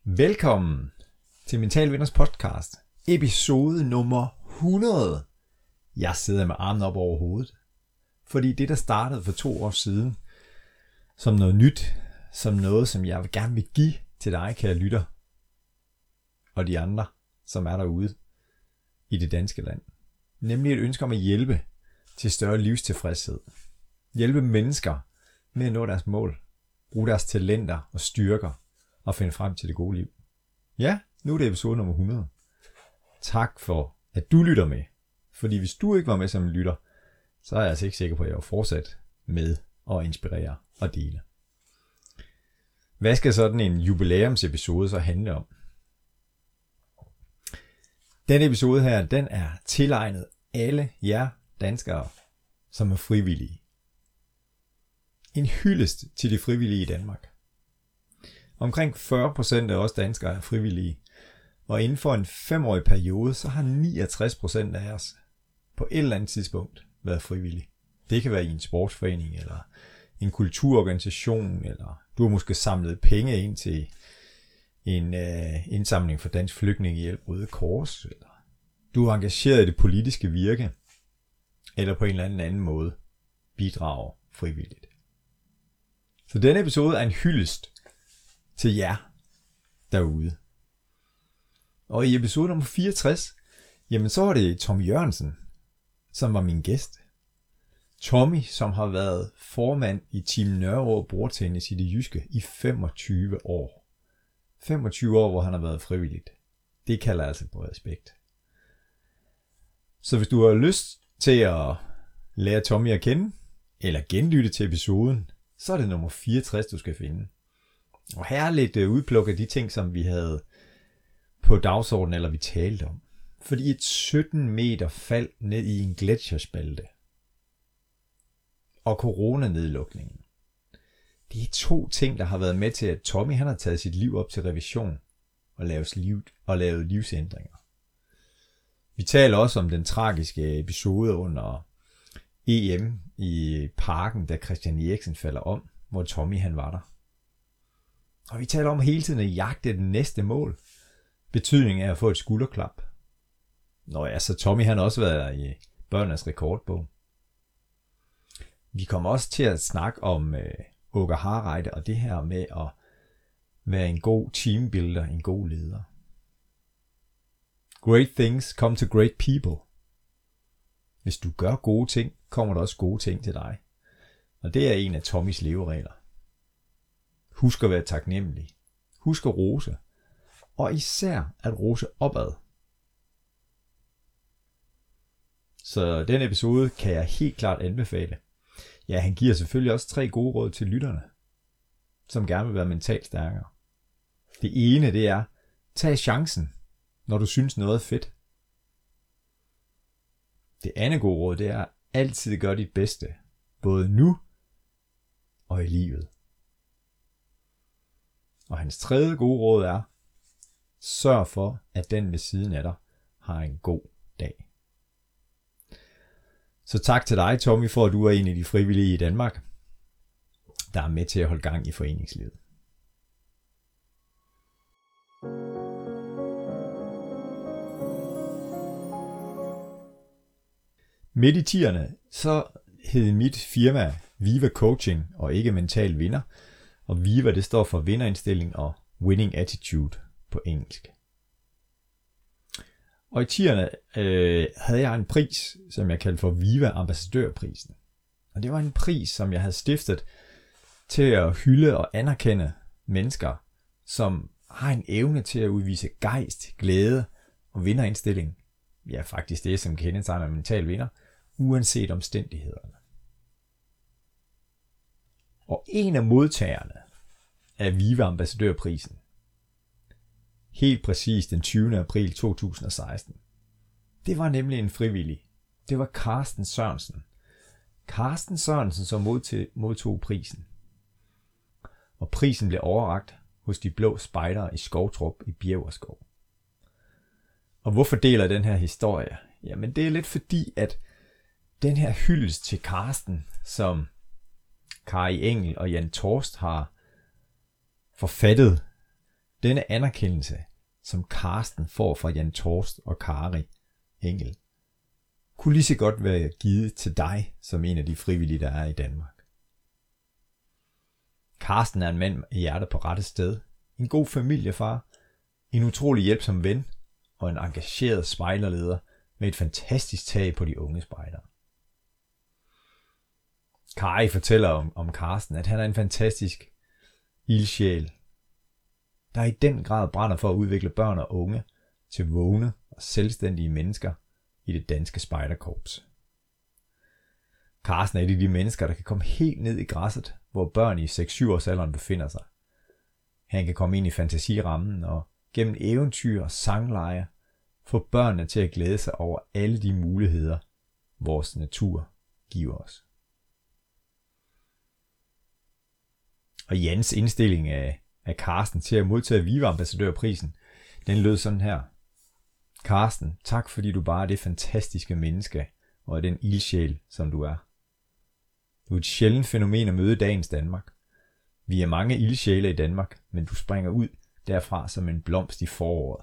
Velkommen til Mental Vinders podcast, episode nummer 100. Jeg sidder med armen op over hovedet, fordi det der startede for 2 år siden, som noget nyt, som noget som jeg gerne vil give til dig, kære lytter, og de andre, som er derude i det danske land. Nemlig et ønske om at hjælpe til større livstilfredshed. Hjælpe mennesker med at nå deres mål, bruge deres talenter og styrker og finde frem til det gode liv. Ja, nu er det episode nummer 100. Tak for, at du lytter med. Fordi hvis du ikke var med som en lytter, så er jeg altså ikke sikker på, at jeg er fortsat med at inspirere og dele. Hvad skal sådan en jubilæumsepisode så handle om? Den episode her, den er tilegnet alle jer danskere, som er frivillige. En hyldest til de frivillige i Danmark. Omkring 40% af os danskere er frivillige, og inden for en 5-årig periode, så har 69% af os på et eller andet tidspunkt været frivillige. Det kan være i en sportsforening, eller en kulturorganisation, eller du har måske samlet penge ind til en indsamling for Dansk Flygtningehjælp, Røde Kors, eller du er engageret i det politiske virke, eller på en eller anden måde bidrager frivilligt. Så denne episode er en hyldest til jer derude. Og i episode nummer 64, jamen så var det Tommy Jørgensen, som var min gæst. Tommy, som har været formand i Team Nørreå Bordtennis i det jyske i 25 år. 25 år, hvor han har været frivilligt. Det kalder altså på respekt. Så hvis du har lyst til at lære Tommy at kende, eller genlytte til episoden, så er det nummer 64, du skal finde. Og her er lidt udpluk af de ting, som vi havde på dagsordenen, eller vi talte om. Fordi et 17 meter fald ned i en gletsjerspalte og coronanedlukningen. Det er 2 ting, der har været med til, at Tommy han har taget sit liv op til revision og lavet livsændringer. Vi taler også om den tragiske episode under EM i Parken, da Christian Eriksen falder om, hvor Tommy han var der. Og vi taler om hele tiden at jagte det næste mål. Betydningen af at få et skulderklap. Nå ja, så Tommy han har også været i børnenes rekordbog. Vi kommer også til at snakke om Åke Hareide og det her med at være en god teambuilder, en god leder. Great things come to great people. Hvis du gør gode ting, kommer der også gode ting til dig. Og det er en af Tommys leveregler. Husk at være taknemmelig. Husk at rose. Og især at rose opad. Så den episode kan jeg helt klart anbefale. Ja, han giver selvfølgelig også 3 gode råd til lytterne, som gerne vil være mentalt stærkere. Det ene, det er, tag chancen, når du synes noget er fedt. Det andet gode råd, det er, altid gør dit bedste, både nu og i livet. Og hans tredje gode råd er, sørg for, at den ved siden af dig har en god dag. Så tak til dig, Tommy, for at du er en af de frivillige i Danmark, der er med til at holde gang i foreningslivet. Midt i 10'erne, så hed mit firma Viva Coaching og ikke Mental Vinder. Og Viva, det står for vinderindstilling og winning attitude på engelsk. Og i 10'erne havde jeg en pris, som jeg kaldte for Viva Ambassadørprisen. Og det var en pris, som jeg havde stiftet til at hylde og anerkende mennesker, som har en evne til at udvise gejst, glæde og vinderindstilling. Ja, faktisk det, som kendetegner mental vinder, uanset omstændighederne. Og en af modtagerne af Viva Ambassadørprisen, helt præcis den 20. april 2016, det var nemlig en frivillig. Det var Carsten Sørensen. Carsten Sørensen, som modtog prisen. Og prisen blev overrakt hos de blå spejdere i Skovtrup i Bjæverskov. Og hvorfor deler jeg den her historie? Jamen det er lidt fordi, at den her hyldest til Carsten, som Kari Engel og Jan Torst har forfattet, Denne anerkendelse, som Karsten får fra Jan Torst og Kari Engel, kunne lige så godt være givet til dig som en af de frivillige, der er i Danmark. Karsten er en mand med hjertet på rette sted, en god familiefar, en utrolig hjælpsom ven og en engageret spejderleder med et fantastisk tag på de unge spejdere. Kari fortæller om Karsten, at han er en fantastisk ildsjæl, der i den grad brænder for at udvikle børn og unge til vågne og selvstændige mennesker i det danske spejderkorps. Karsten er et af de mennesker, der kan komme helt ned i græsset, hvor børn i 6-7 års alderen befinder sig. Han kan komme ind i fantasirammen og gennem eventyr og sangleje få børnene til at glæde sig over alle de muligheder, vores natur giver os. Og Jans indstilling af Karsten til at modtage Viva-ambassadørprisen, den lød sådan her. Karsten, tak fordi du bare er det fantastiske menneske og er den ildsjæl, som du er. Du er et sjældent fænomen at møde i dagens Danmark. Vi er mange ildsjæle i Danmark, men du springer ud derfra som en blomst i foråret.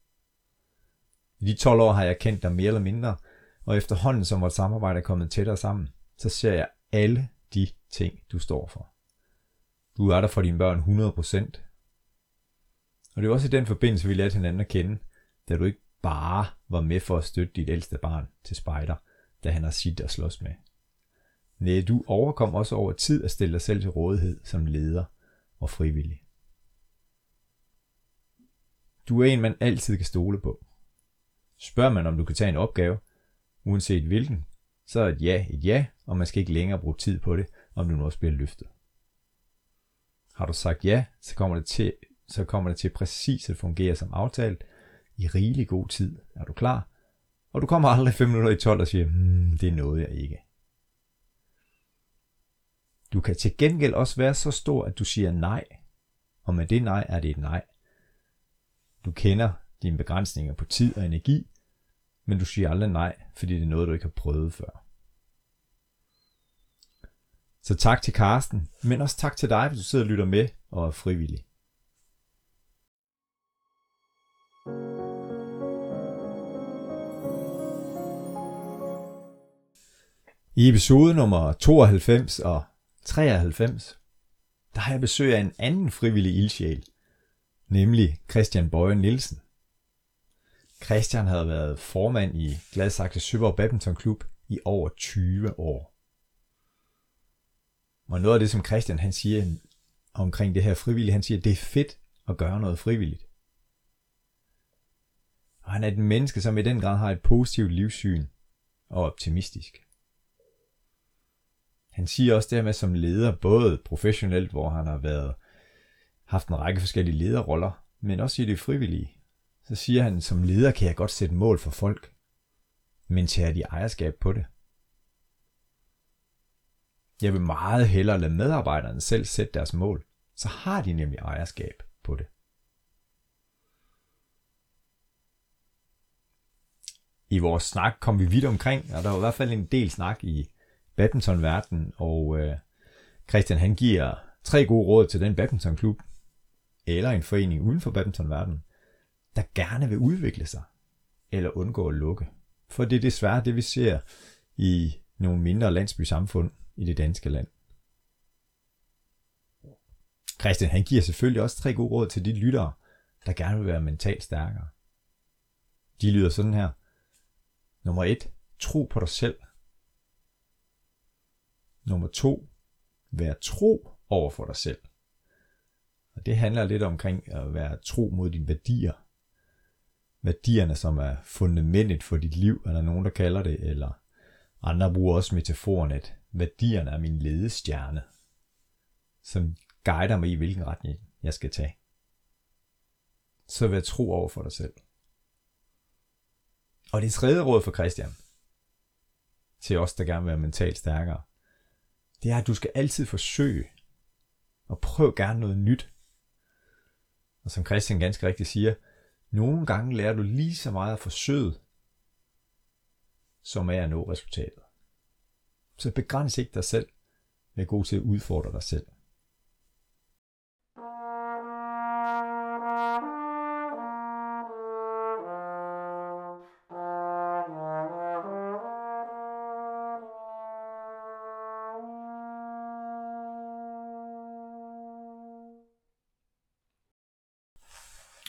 I de 12 år har jeg kendt dig mere eller mindre, og efterhånden som vores samarbejde er kommet tættere sammen, så ser jeg alle de ting, du står for. Du er der for dine børn 100%. Og det er også i den forbindelse, vi lærte hinanden at kende, da du ikke bare var med for at støtte dit ældste barn til spejder, da han har sit at slås med. Nej, du overkom også over tid at stille dig selv til rådighed som leder og frivillig. Du er en, man altid kan stole på. Spørger man, om du kan tage en opgave, uanset hvilken, så er et ja, og man skal ikke længere bruge tid på det, om du nu også bliver løftet. Har du sagt ja, så kommer det til præcis at fungere som aftalt i rigelig god tid. Er du klar? Og du kommer aldrig 5 minutter i 12 og siger, det er noget jeg ikke. Du kan til gengæld også være så stor, at du siger nej. Og med det nej er det et nej. Du kender dine begrænsninger på tid og energi, men du siger aldrig nej, fordi det er noget, du ikke har prøvet før. Så tak til Karsten, men også tak til dig, hvis du sidder og lytter med og er frivillig. I episode nummer 92 og 93, der har jeg besøg af en anden frivillig ildsjæl, nemlig Christian Bøje Nielsen. Christian havde været formand i Gladsaxe Søborg Badminton Klub i over 20 år. Og noget af det, som Christian han siger omkring det her frivillige, han siger, at det er fedt at gøre noget frivilligt. Og han er et menneske, som i den grad har et positivt livssyn og optimistisk. Han siger også det her med som leder, både professionelt, hvor han har haft en række forskellige lederroller, men også i det frivillige. Så siger han, som leder kan jeg godt sætte mål for folk, men tager de ejerskab på det. Jeg vil meget hellere lade medarbejderne selv sætte deres mål, så har de nemlig ejerskab på det. I vores snak kom vi vidt omkring, og der var i hvert fald en del snak i badmintonverdenen, og Christian han giver 3 gode råd til den badmintonklub, eller en forening uden for badmintonverdenen, der gerne vil udvikle sig, eller undgå at lukke. For det er desværre det, vi ser i nogle mindre landsbysamfund i det danske land. Christian han giver selvfølgelig også 3 gode råd til de lyttere, der gerne vil være mentalt stærkere. De lyder sådan her. Nummer 1. Tro på dig selv. Nummer 2. Vær tro over for dig selv. Og det handler lidt omkring at være tro mod dine værdier. Værdierne, som er fundamentet for dit liv, er der nogen, der kalder det, eller andre bruger også metaforen, at værdierne er min ledestjerne, som guider mig i, hvilken retning jeg skal tage. Så vær tro over for dig selv. Og det 3. råd for Christian, til os, der gerne vil være mentalt stærkere, det er, at du skal altid forsøge, og prøv gerne noget nyt. Og som Christian ganske rigtigt siger, nogle gange lærer du lige så meget af forsøget, som er at nå resultatet. Så begræns ikke dig selv, vær god til at udfordre dig selv.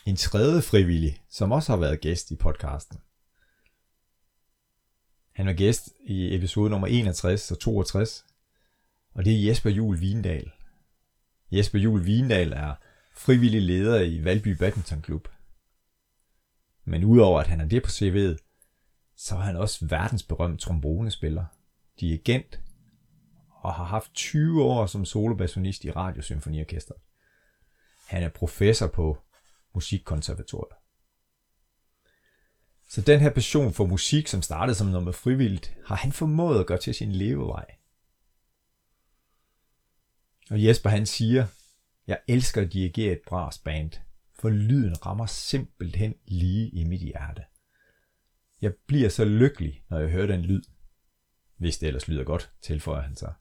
en tredje frivillig, som også har været gæst i podcasten. Han var gæst i episode nummer 61 og 62, og det er Jesper Juhl Vindal. Jesper Juhl Vindal er frivillig leder i Valby Badminton Klub. Men udover at han er det på CV'et, så er han også verdensberømt trombonespiller, dirigent og har haft 20 år som solobassonist i Radiosymfoniorkestret. Han er professor på Musikkonservatoriet. Så den her passion for musik, som startede som noget med frivilligt, har han formået at gøre til sin levevej. Og Jesper han siger, jeg elsker at dirigere et brassband, for lyden rammer simpelthen lige i mit hjerte. Jeg bliver så lykkelig, når jeg hører den lyd. Hvis det ellers lyder godt, tilføjer han sig.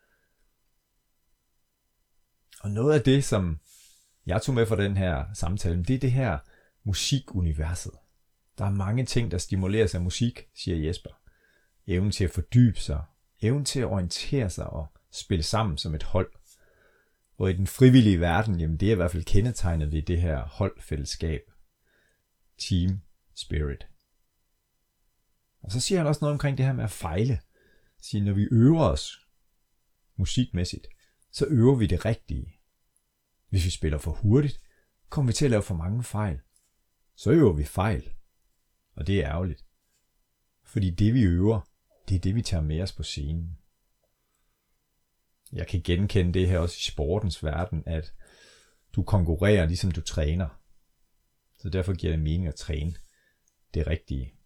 Og noget af det, som jeg tog med fra den her samtale, det er det her musikuniverset. Der er mange ting, der stimuleres af musik, siger Jesper. Evnen til at fordybe sig, evnen til at orientere sig og spille sammen som et hold. Og i den frivillige verden, jamen det er i hvert fald kendetegnet ved det her holdfællesskab. Team spirit. Og så siger han også noget omkring det her med at fejle. Siger, når vi øver os musikmæssigt, så øver vi det rigtige. Hvis vi spiller for hurtigt, kommer vi til at lave for mange fejl. Så øver vi fejl. Og det er ærgerligt. Fordi det vi øver, det er det vi tager med os på scenen. Jeg kan genkende det her også i sportens verden, at du konkurrerer ligesom du træner. Så derfor giver det mening at træne det rigtige.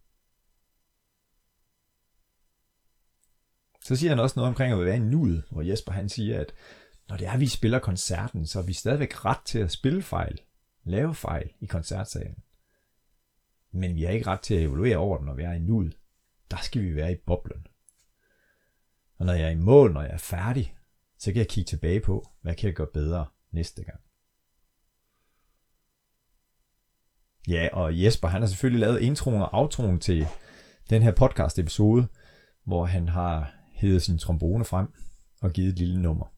Så siger han også noget omkring at være i nuet, hvor Jesper han siger, at når det er, vi spiller koncerten, så er vi stadigvæk ret til at spille fejl, lave fejl i koncertsalen. Men vi har ikke ret til at evaluere over den, når vi er i nuet. Der skal vi være i boblen. Og når jeg er i mål, når jeg er færdig, så kan jeg kigge tilbage på, hvad kan jeg gøre bedre næste gang. Ja, og Jesper han har selvfølgelig lavet introen og outroen til den her podcast episode, hvor han har hævet sin trombone frem og givet et lille nummer.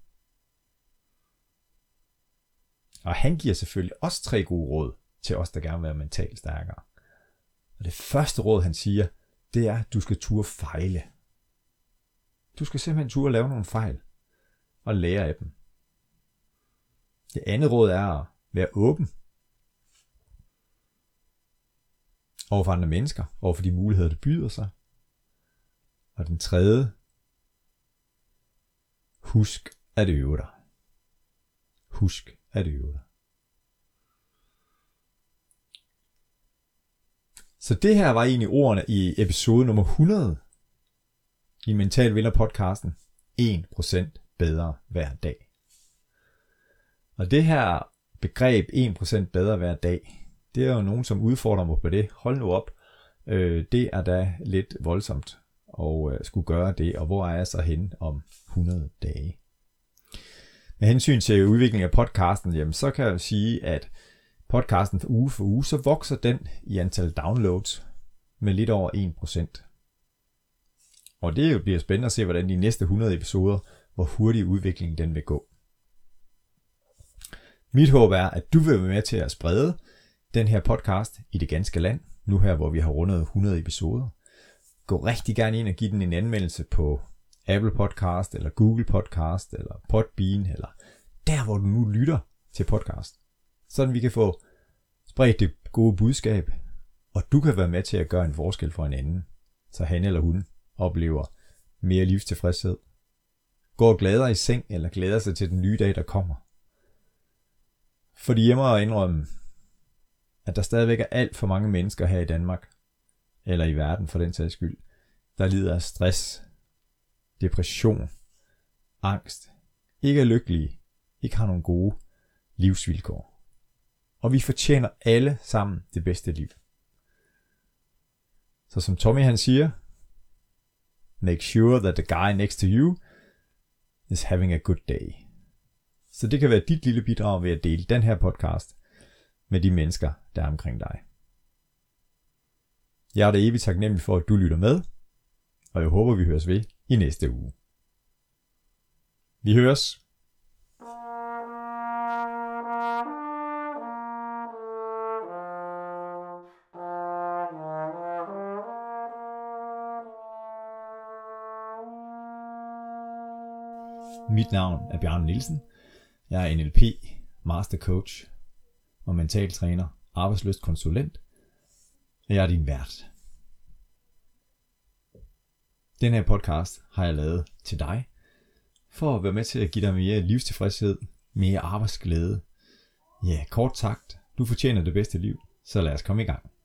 Og han giver selvfølgelig også 3 gode råd til os, der gerne vil være mentalt stærkere. Og det første råd, han siger, det er, at du skal turde fejle. Du skal simpelthen turde lave nogle fejl og lære af dem. Det andet råd er at være åben over for andre mennesker, over for de muligheder, der byder sig. Og den tredje, husk at øve dig. Husk at øve dig. Så det her var egentlig ordene i episode nummer 100 i Mental Vinder podcasten. 1% bedre hver dag. Og det her begreb 1% bedre hver dag, det er jo nogen, som udfordrer mig på det. Hold nu op. Det er da lidt voldsomt at skulle gøre det, og hvor er jeg så henne om 100 dage? Med hensyn til udviklingen af podcasten, jamen så kan jeg sige, at podcasten for uge, så vokser den i antal downloads med lidt over 1%. Og det bliver spændende at se, hvordan de næste 100 episoder, hvor hurtig udviklingen den vil gå. Mit håb er, at du vil være med til at sprede den her podcast i det ganske land, nu her hvor vi har rundet 100 episoder. Gå rigtig gerne ind og give den en anmeldelse på Apple Podcast, eller Google Podcast, eller Podbean, eller der hvor du nu lytter til podcast. Sådan vi kan få spredt det gode budskab, og du kan være med til at gøre en forskel for en anden, så han eller hun oplever mere livstilfredshed. Går gladere i seng, eller glæder sig til den nye dag, der kommer. Fordi jeg må indrømme, at der stadigvæk er alt for mange mennesker her i Danmark, eller i verden for den sags skyld, der lider af stress, depression, angst, ikke er lykkelige, ikke har nogle gode livsvilkår. Og vi fortjener alle sammen det bedste liv. Så som Tommy han siger, make sure that the guy next to you is having a good day. Så det kan være dit lille bidrag ved at dele den her podcast med de mennesker, der er omkring dig. Jeg er da evigt taknemmelig for, at du lytter med, og jeg håber, vi høres ved i næste uge. Vi høres. Mit navn er Bjarne Nielsen. Jeg er NLP, Master Coach og mentaltræner, arbejdsløst konsulent. Og jeg er din vært. Den her podcast har jeg lavet til dig, for at være med til at give dig mere livstilfredshed, mere arbejdsglæde. Ja, kort sagt, du fortjener det bedste liv, så lad os komme i gang.